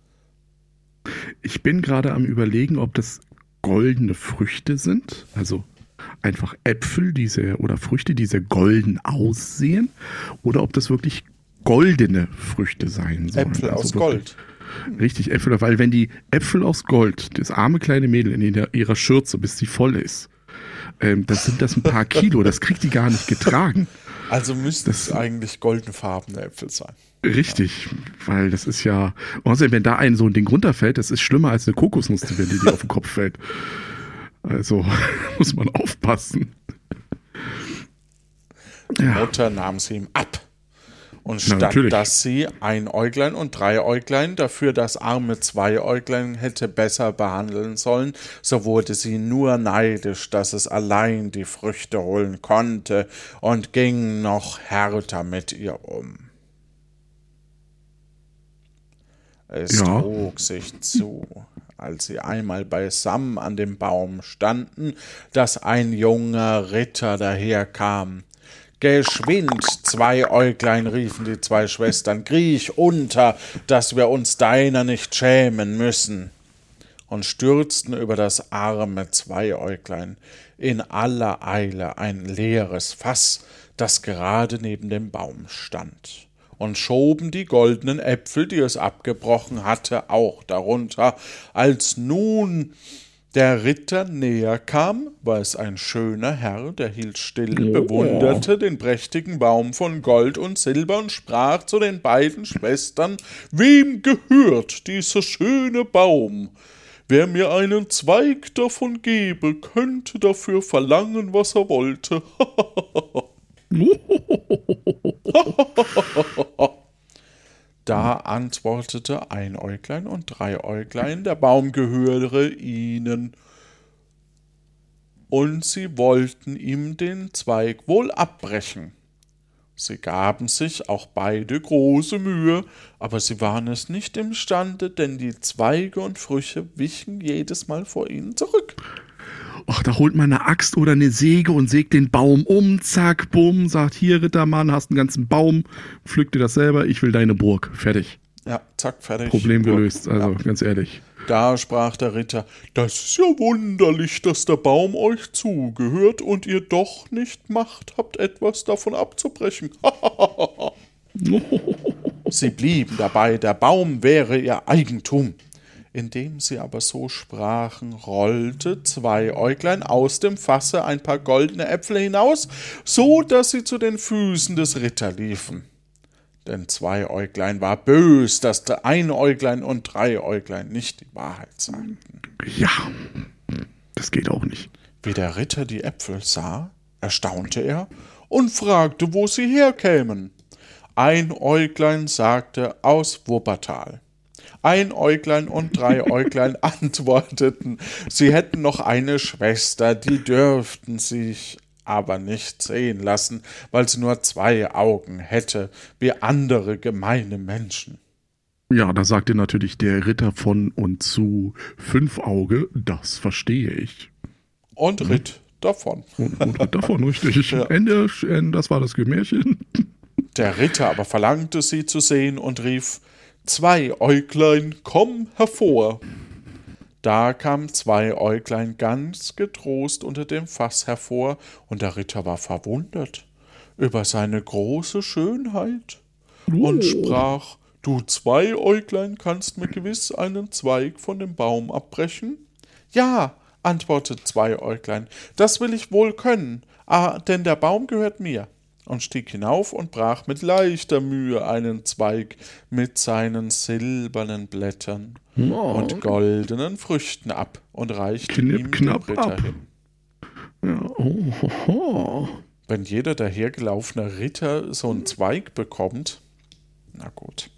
S1: Ich bin gerade am Überlegen, ob das goldene Früchte sind. Also einfach Äpfel oder Früchte, die sehr golden aussehen. Oder ob das wirklich goldene Früchte sein sollen.
S2: Äpfel
S1: also
S2: aus Gold.
S1: Richtig, Äpfel, weil wenn die Äpfel aus Gold, das arme kleine Mädel in ihrer Schürze, bis sie voll ist, das sind das ein paar Kilo, das kriegt die gar nicht getragen.
S2: Also müssten es eigentlich goldenfarbene Äpfel sein.
S1: Richtig, weil das ist ja, außerdem, wenn da so ein Ding runterfällt, das ist schlimmer als eine Kokosnuss, wenn die dir auf den Kopf fällt. Also muss man aufpassen.
S2: Die Mutter nahm sie ihm ab. Und statt
S1: natürlich.
S2: dass sie Einäuglein und Dreiäuglein dafür das arme Zweiäuglein hätte besser behandeln sollen, so wurde sie nur neidisch, dass es allein die Früchte holen konnte, und ging noch härter mit ihr um. Es trug sich zu, als sie einmal beisammen an dem Baum standen, dass ein junger Ritter daherkam. »Geschwind, Zweiäuglein«, riefen die 2 Schwestern, »kriech unter, dass wir uns deiner nicht schämen müssen«, und stürzten über das arme Zweiäuglein in aller Eile ein leeres Fass, das gerade neben dem Baum stand, und schoben die goldenen Äpfel, die es abgebrochen hatte, auch darunter. Als nun der Ritter näher kam, war es ein schöner Herr, der hielt still, bewunderte den prächtigen Baum von Gold und Silber und sprach zu den beiden Schwestern: »Wem gehört dieser schöne Baum? Wer mir einen Zweig davon gebe, könnte dafür verlangen, was er wollte.« Da antwortete Einäuglein und Dreiäuglein, der Baum gehöre ihnen, und sie wollten ihm den Zweig wohl abbrechen. Sie gaben sich auch beide große Mühe, aber sie waren es nicht imstande, denn die Zweige und Früchte wichen jedes Mal vor ihnen zurück.
S1: Ach, da holt man eine Axt oder eine Säge und sägt den Baum um, zack, bumm, sagt: Hier, Rittermann, hast einen ganzen Baum, pflück dir das selber, ich will deine Burg. Fertig.
S2: Ja, zack, fertig.
S1: Problem
S2: Burg.
S1: gelöst, also
S2: Ja.
S1: ganz ehrlich.
S2: Da sprach der Ritter, das ist ja wunderlich, dass der Baum euch zugehört und ihr doch nicht Macht habt, etwas davon abzubrechen. Sie blieben dabei, der Baum wäre ihr Eigentum. Indem sie aber so sprachen, rollte Zweieuglein aus dem Fasse ein paar goldene Äpfel hinaus, so dass sie zu den Füßen des Ritter liefen. Denn Zweieuglein war bös, dass der Einäuglein und Dreiäuglein nicht die Wahrheit sagten.
S1: Ja, das geht auch nicht.
S2: Wie der Ritter die Äpfel sah, erstaunte er und fragte, wo sie herkämen. Einäuglein sagte, aus Wuppertal. Einäuglein und Dreiäuglein antworteten, sie hätten noch eine Schwester, die dürften sich aber nicht sehen lassen, weil sie nur 2 Augen hätte, wie andere gemeine Menschen.
S1: Ja, da sagte natürlich der Ritter von und zu 5 Auge, das verstehe ich.
S2: Und ritt davon.
S1: Und ritt davon, richtig. Ja. Ende, das war das Märchen.
S2: Der Ritter aber verlangte sie zu sehen und rief, Zweieuglein, komm hervor. Da kam Zweieuglein ganz getrost unter dem Fass hervor, und der Ritter war verwundert über seine große Schönheit und sprach, du Zweieuglein kannst mir gewiss einen Zweig von dem Baum abbrechen? Ja, antwortete Zweieuglein, das will ich wohl können, denn der Baum gehört mir. Und stieg hinauf und brach mit leichter Mühe einen Zweig mit seinen silbernen Blättern und goldenen Früchten ab und reichte ihm dem Ritter hin.
S1: Ja,
S2: Wenn jeder dahergelaufene Ritter so einen Zweig bekommt, na gut.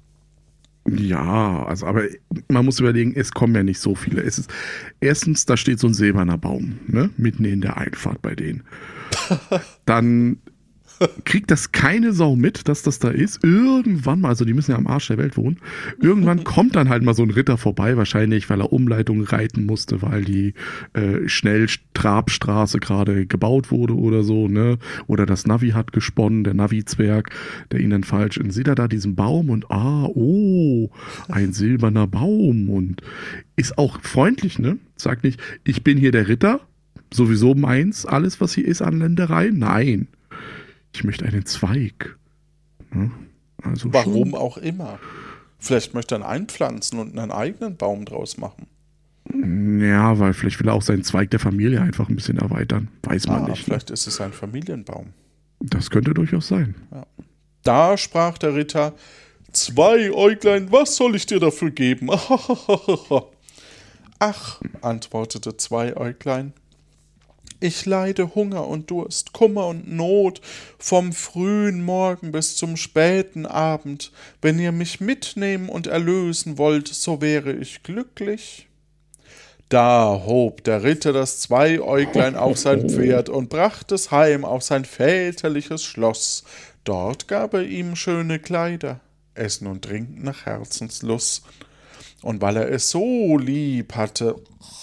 S1: Ja, also aber man muss überlegen, es kommen ja nicht so viele. Es ist, erstens, da steht so ein silberner Baum, ne, mitten in der Einfahrt bei denen. Dann kriegt das keine Sau mit, dass das da ist. Irgendwann mal, also die müssen ja am Arsch der Welt wohnen, irgendwann kommt dann halt mal so ein Ritter vorbei, wahrscheinlich, weil er Umleitung reiten musste, weil die Schnelltrabstraße gerade gebaut wurde oder so, ne? Oder das Navi hat gesponnen, der Navi-Zwerg, der ihn dann falsch, und sieht er da diesen Baum und ein silberner Baum und ist auch freundlich, ne? Sagt nicht, ich bin hier der Ritter, sowieso meins, alles was hier ist an Länderei, nein. Ich möchte einen Zweig. Ja, also
S2: warum auch immer. Vielleicht möchte er ihn einpflanzen und einen eigenen Baum draus machen.
S1: Ja, weil vielleicht will er auch seinen Zweig der Familie einfach ein bisschen erweitern. Weiß man nicht.
S2: Vielleicht ist es ein Familienbaum.
S1: Das könnte durchaus sein.
S2: Ja. Da sprach der Ritter, Zweieuglein, was soll ich dir dafür geben? Ach, antwortete Zweieuglein, ich leide Hunger und Durst, Kummer und Not, vom frühen Morgen bis zum späten Abend. Wenn ihr mich mitnehmen und erlösen wollt, so wäre ich glücklich. Da hob der Ritter das Zweieuglein auf sein Pferd und brachte es heim auf sein väterliches Schloss. Dort gab er ihm schöne Kleider, Essen und Trinken nach Herzenslust. Und weil er es so lieb hatte,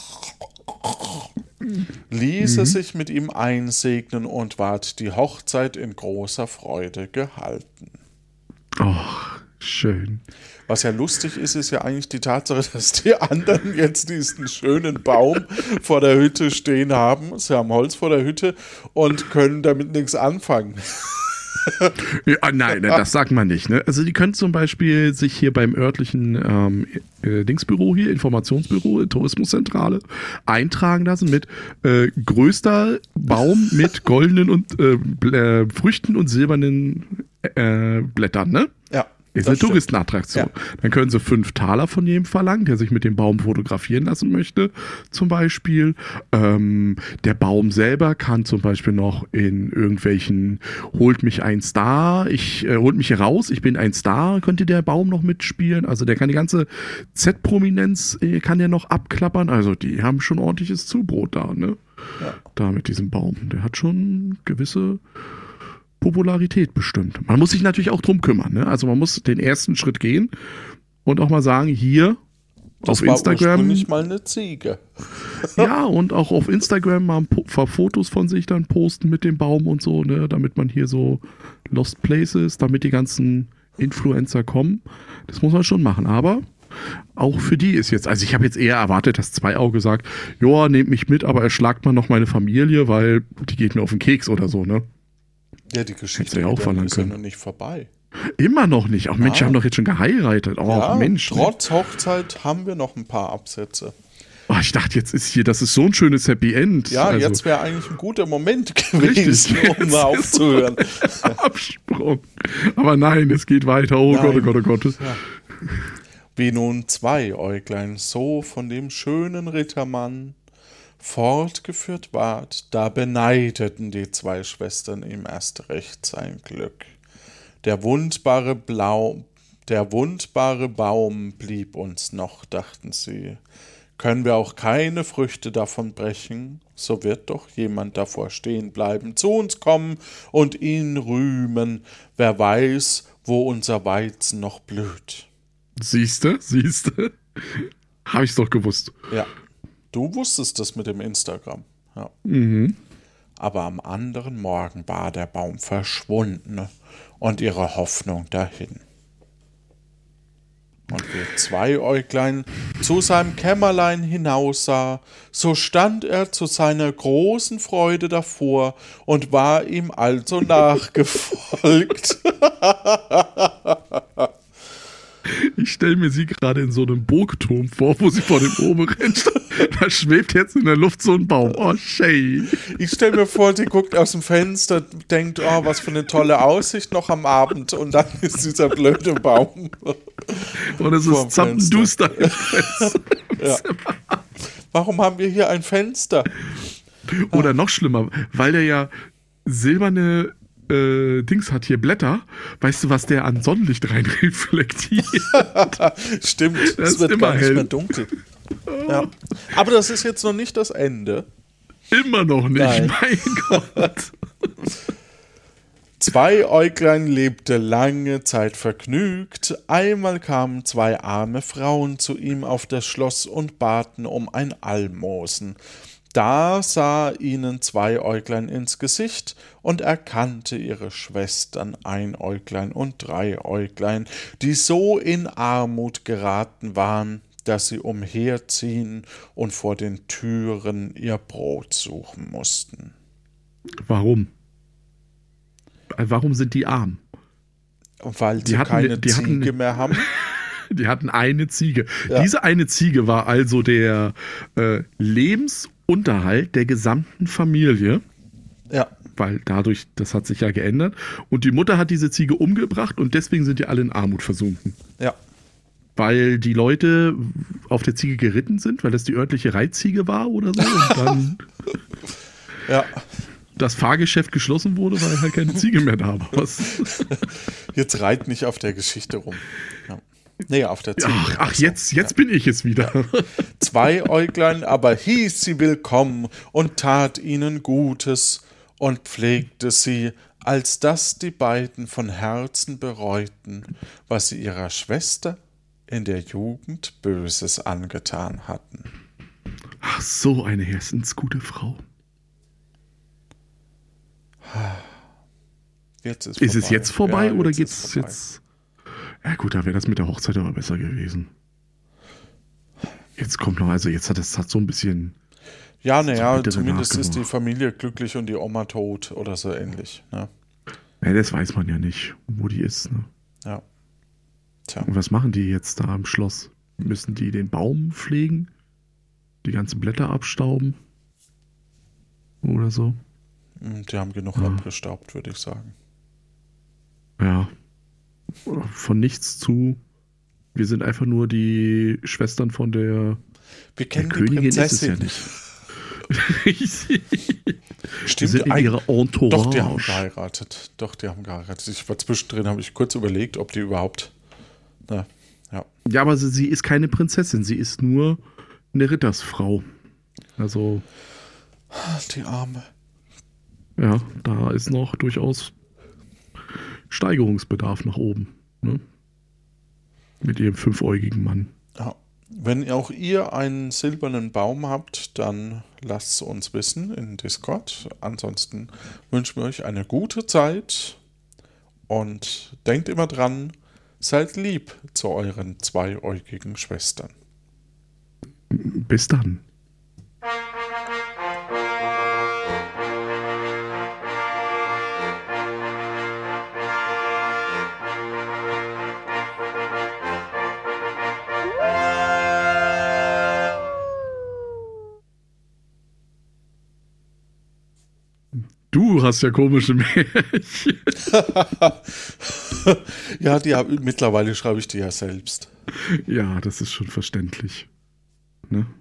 S2: ließ er sich mit ihm einsegnen und ward die Hochzeit in großer Freude gehalten.
S1: Ach, schön.
S2: Was ja lustig ist, ist ja eigentlich die Tatsache, dass die anderen jetzt diesen schönen Baum vor der Hütte stehen haben. Sie haben Holz vor der Hütte und können damit nichts anfangen.
S1: Ja, nein, das sagt man nicht. Ne? Also die können zum Beispiel sich hier beim örtlichen Dingsbüro hier, Informationsbüro, Tourismuszentrale, eintragen lassen mit größter Baum mit goldenen und Früchten und silbernen Blättern, ne?
S2: Ja.
S1: Ist eine Touristenattraktion. Ja. Dann können sie 5 Taler von jedem verlangen, der sich mit dem Baum fotografieren lassen möchte, zum Beispiel. Der Baum selber kann zum Beispiel noch in irgendwelchen holt mich ein Star, holt mich hier raus, ich bin ein Star, könnte der Baum noch mitspielen. Also der kann die ganze Z-Prominenz kann der noch abklappern. Also die haben schon ordentliches Zubrot da, ne? Ja. Da mit diesem Baum. Der hat schon gewisse Popularität bestimmt. Man muss sich natürlich auch drum kümmern. Ne? Also man muss den ersten Schritt gehen und auch mal sagen, hier
S2: das
S1: auf Instagram.
S2: Das war mal eine Ziege.
S1: Ja, und auch auf Instagram mal ein paar Fotos von sich dann posten mit dem Baum und so, ne? Damit man hier so Lost Places, damit die ganzen Influencer kommen. Das muss man schon machen. Aber auch für die ist jetzt, also ich habe jetzt eher erwartet, dass Zweiauge sagt, joa, nehmt mich mit, aber erschlagt mal noch meine Familie, weil die geht mir auf den Keks oder so, ne?
S2: Ja, die Geschichte
S1: ja auch verlangen
S2: ist ja
S1: können.
S2: noch nicht vorbei.
S1: Immer noch nicht. Auch Mensch, die haben doch jetzt schon geheiratet. Oh,
S2: Ja,
S1: Mensch.
S2: trotz Hochzeit haben wir noch ein paar Absätze.
S1: Oh, ich dachte, jetzt ist hier, das ist so ein schönes Happy End.
S2: Ja,
S1: also,
S2: jetzt wäre eigentlich ein guter Moment
S1: Richtig,
S2: gewesen, um mal aufzuhören.
S1: Absprung. Aber nein, es geht weiter. Oh
S2: Nein.
S1: Gott, oh Gott, oh Gott.
S2: Ja. Wie nun Zweiäuglein so von dem schönen Rittermann fortgeführt ward, da beneideten die zwei Schwestern ihm erst recht sein Glück. Der wundbare Baum blieb uns noch, dachten sie. Können wir auch keine Früchte davon brechen, so wird doch jemand davor stehen bleiben, zu uns kommen und ihn rühmen. Wer weiß, wo unser Weizen noch blüht.
S1: Siehste? Habe ich's doch gewusst.
S2: Ja, du wusstest das mit dem Instagram. Ja. Aber am anderen Morgen war der Baum verschwunden und ihre Hoffnung dahin. Und wie Zweiäuglein zu seinem Kämmerlein hinaussah, so stand er zu seiner großen Freude davor und war ihm also nachgefolgt.
S1: Ich stelle mir sie gerade in so einem Burgturm vor, wo sie vor dem Oberen steht. Da schwebt jetzt in der Luft so ein Baum. Oh, Shay.
S2: Ich stelle mir vor, die guckt aus dem Fenster, denkt, oh, was für eine tolle Aussicht noch am Abend. Und dann ist dieser blöde Baum.
S1: Und es ist zappenduster im Fenster.
S2: Ja. Warum haben wir hier ein Fenster?
S1: Oder noch schlimmer, weil der ja silberne Dings hat hier Blätter. Weißt du, was der an Sonnenlicht rein reflektiert?
S2: Stimmt,
S1: Das
S2: es wird
S1: immer
S2: gar nicht
S1: hell.
S2: mehr dunkel. Ja. Aber das ist jetzt noch nicht das Ende.
S1: Immer noch nicht,
S2: Nein.
S1: mein Gott.
S2: Zweiäuglein lebte lange Zeit vergnügt. Einmal kamen zwei arme Frauen zu ihm auf das Schloss und baten um ein Almosen. Da sah ihnen Zweiäuglein ins Gesicht und erkannte ihre Schwestern Einäuglein und Dreiäuglein, die so in Armut geraten waren, dass sie umherziehen und vor den Türen ihr Brot suchen mussten.
S1: Warum? Warum sind die arm?
S2: Weil
S1: Die
S2: sie
S1: hatten-
S2: keine
S1: die hatten-
S2: Ziege mehr haben.
S1: Die hatten eine Ziege.
S2: Ja.
S1: Diese eine Ziege war also der Lebensunterhalt der gesamten Familie,
S2: Ja,
S1: weil dadurch, das hat sich ja geändert. Und die Mutter hat diese Ziege umgebracht und deswegen sind die alle in Armut versunken.
S2: ja.
S1: Weil die Leute auf der Ziege geritten sind, weil das die örtliche Reitziege war oder so. Und dann
S2: Ja,
S1: das Fahrgeschäft geschlossen wurde, weil halt keine Ziege mehr da war. Was?
S2: jetzt reit nicht auf der Geschichte rum. Ja. Nee, auf der Ziege.
S1: Ach, jetzt bin ich es wieder.
S2: Zweiäuglein aber hieß sie willkommen und tat ihnen Gutes und pflegte sie, als dass die beiden von Herzen bereuten, was sie ihrer Schwester in der Jugend Böses angetan hatten.
S1: Ach, so eine herzensgute Frau.
S2: Jetzt ist
S1: Ist es jetzt vorbei
S2: Ja,
S1: oder
S2: ist
S1: geht's
S2: vorbei.
S1: jetzt? Ja gut, da wäre das mit der Hochzeit aber besser gewesen. Jetzt kommt noch, also jetzt hat es so ein bisschen.
S2: Ja,
S1: so
S2: naja,
S1: bittere
S2: zumindest ist die
S1: Nachgeruch.
S2: Familie glücklich und die Oma tot oder so ähnlich. Ne?
S1: Ja, das weiß man ja nicht, wo die ist. Ne?
S2: Ja. Tja.
S1: Und was machen die jetzt da am Schloss? Müssen die den Baum pflegen? Die ganzen Blätter abstauben? Oder so?
S2: Die haben genug
S1: Ja.
S2: abgestaubt, würde ich sagen.
S1: Ja. Von nichts zu. Wir sind einfach nur die Schwestern von der
S2: Wir kennen die
S1: Königin ist es ja
S2: Prinzessin.
S1: nicht. Wir
S2: Stimmt,
S1: sind in ihrer Entourage.
S2: Doch, die haben geheiratet. Ich war zwischendrin, habe ich kurz überlegt, ob die überhaupt. Na, ja.
S1: Ja, aber sie ist keine Prinzessin. Sie ist nur eine Rittersfrau. Also,
S2: Die Arme.
S1: ja, da ist noch durchaus Steigerungsbedarf nach oben. Ne? Mit ihrem fünfäugigen Mann.
S2: Ja. Wenn auch ihr einen silbernen Baum habt, dann lasst es uns wissen in Discord. Ansonsten wünschen wir euch eine gute Zeit und denkt immer dran, Seid lieb zu euren zweiäugigen Schwestern.
S1: Bis dann. Du hast ja komische Märchen.
S2: Ja, mittlerweile schreibe ich die ja selbst.
S1: Ja, das ist schon verständlich. Ne?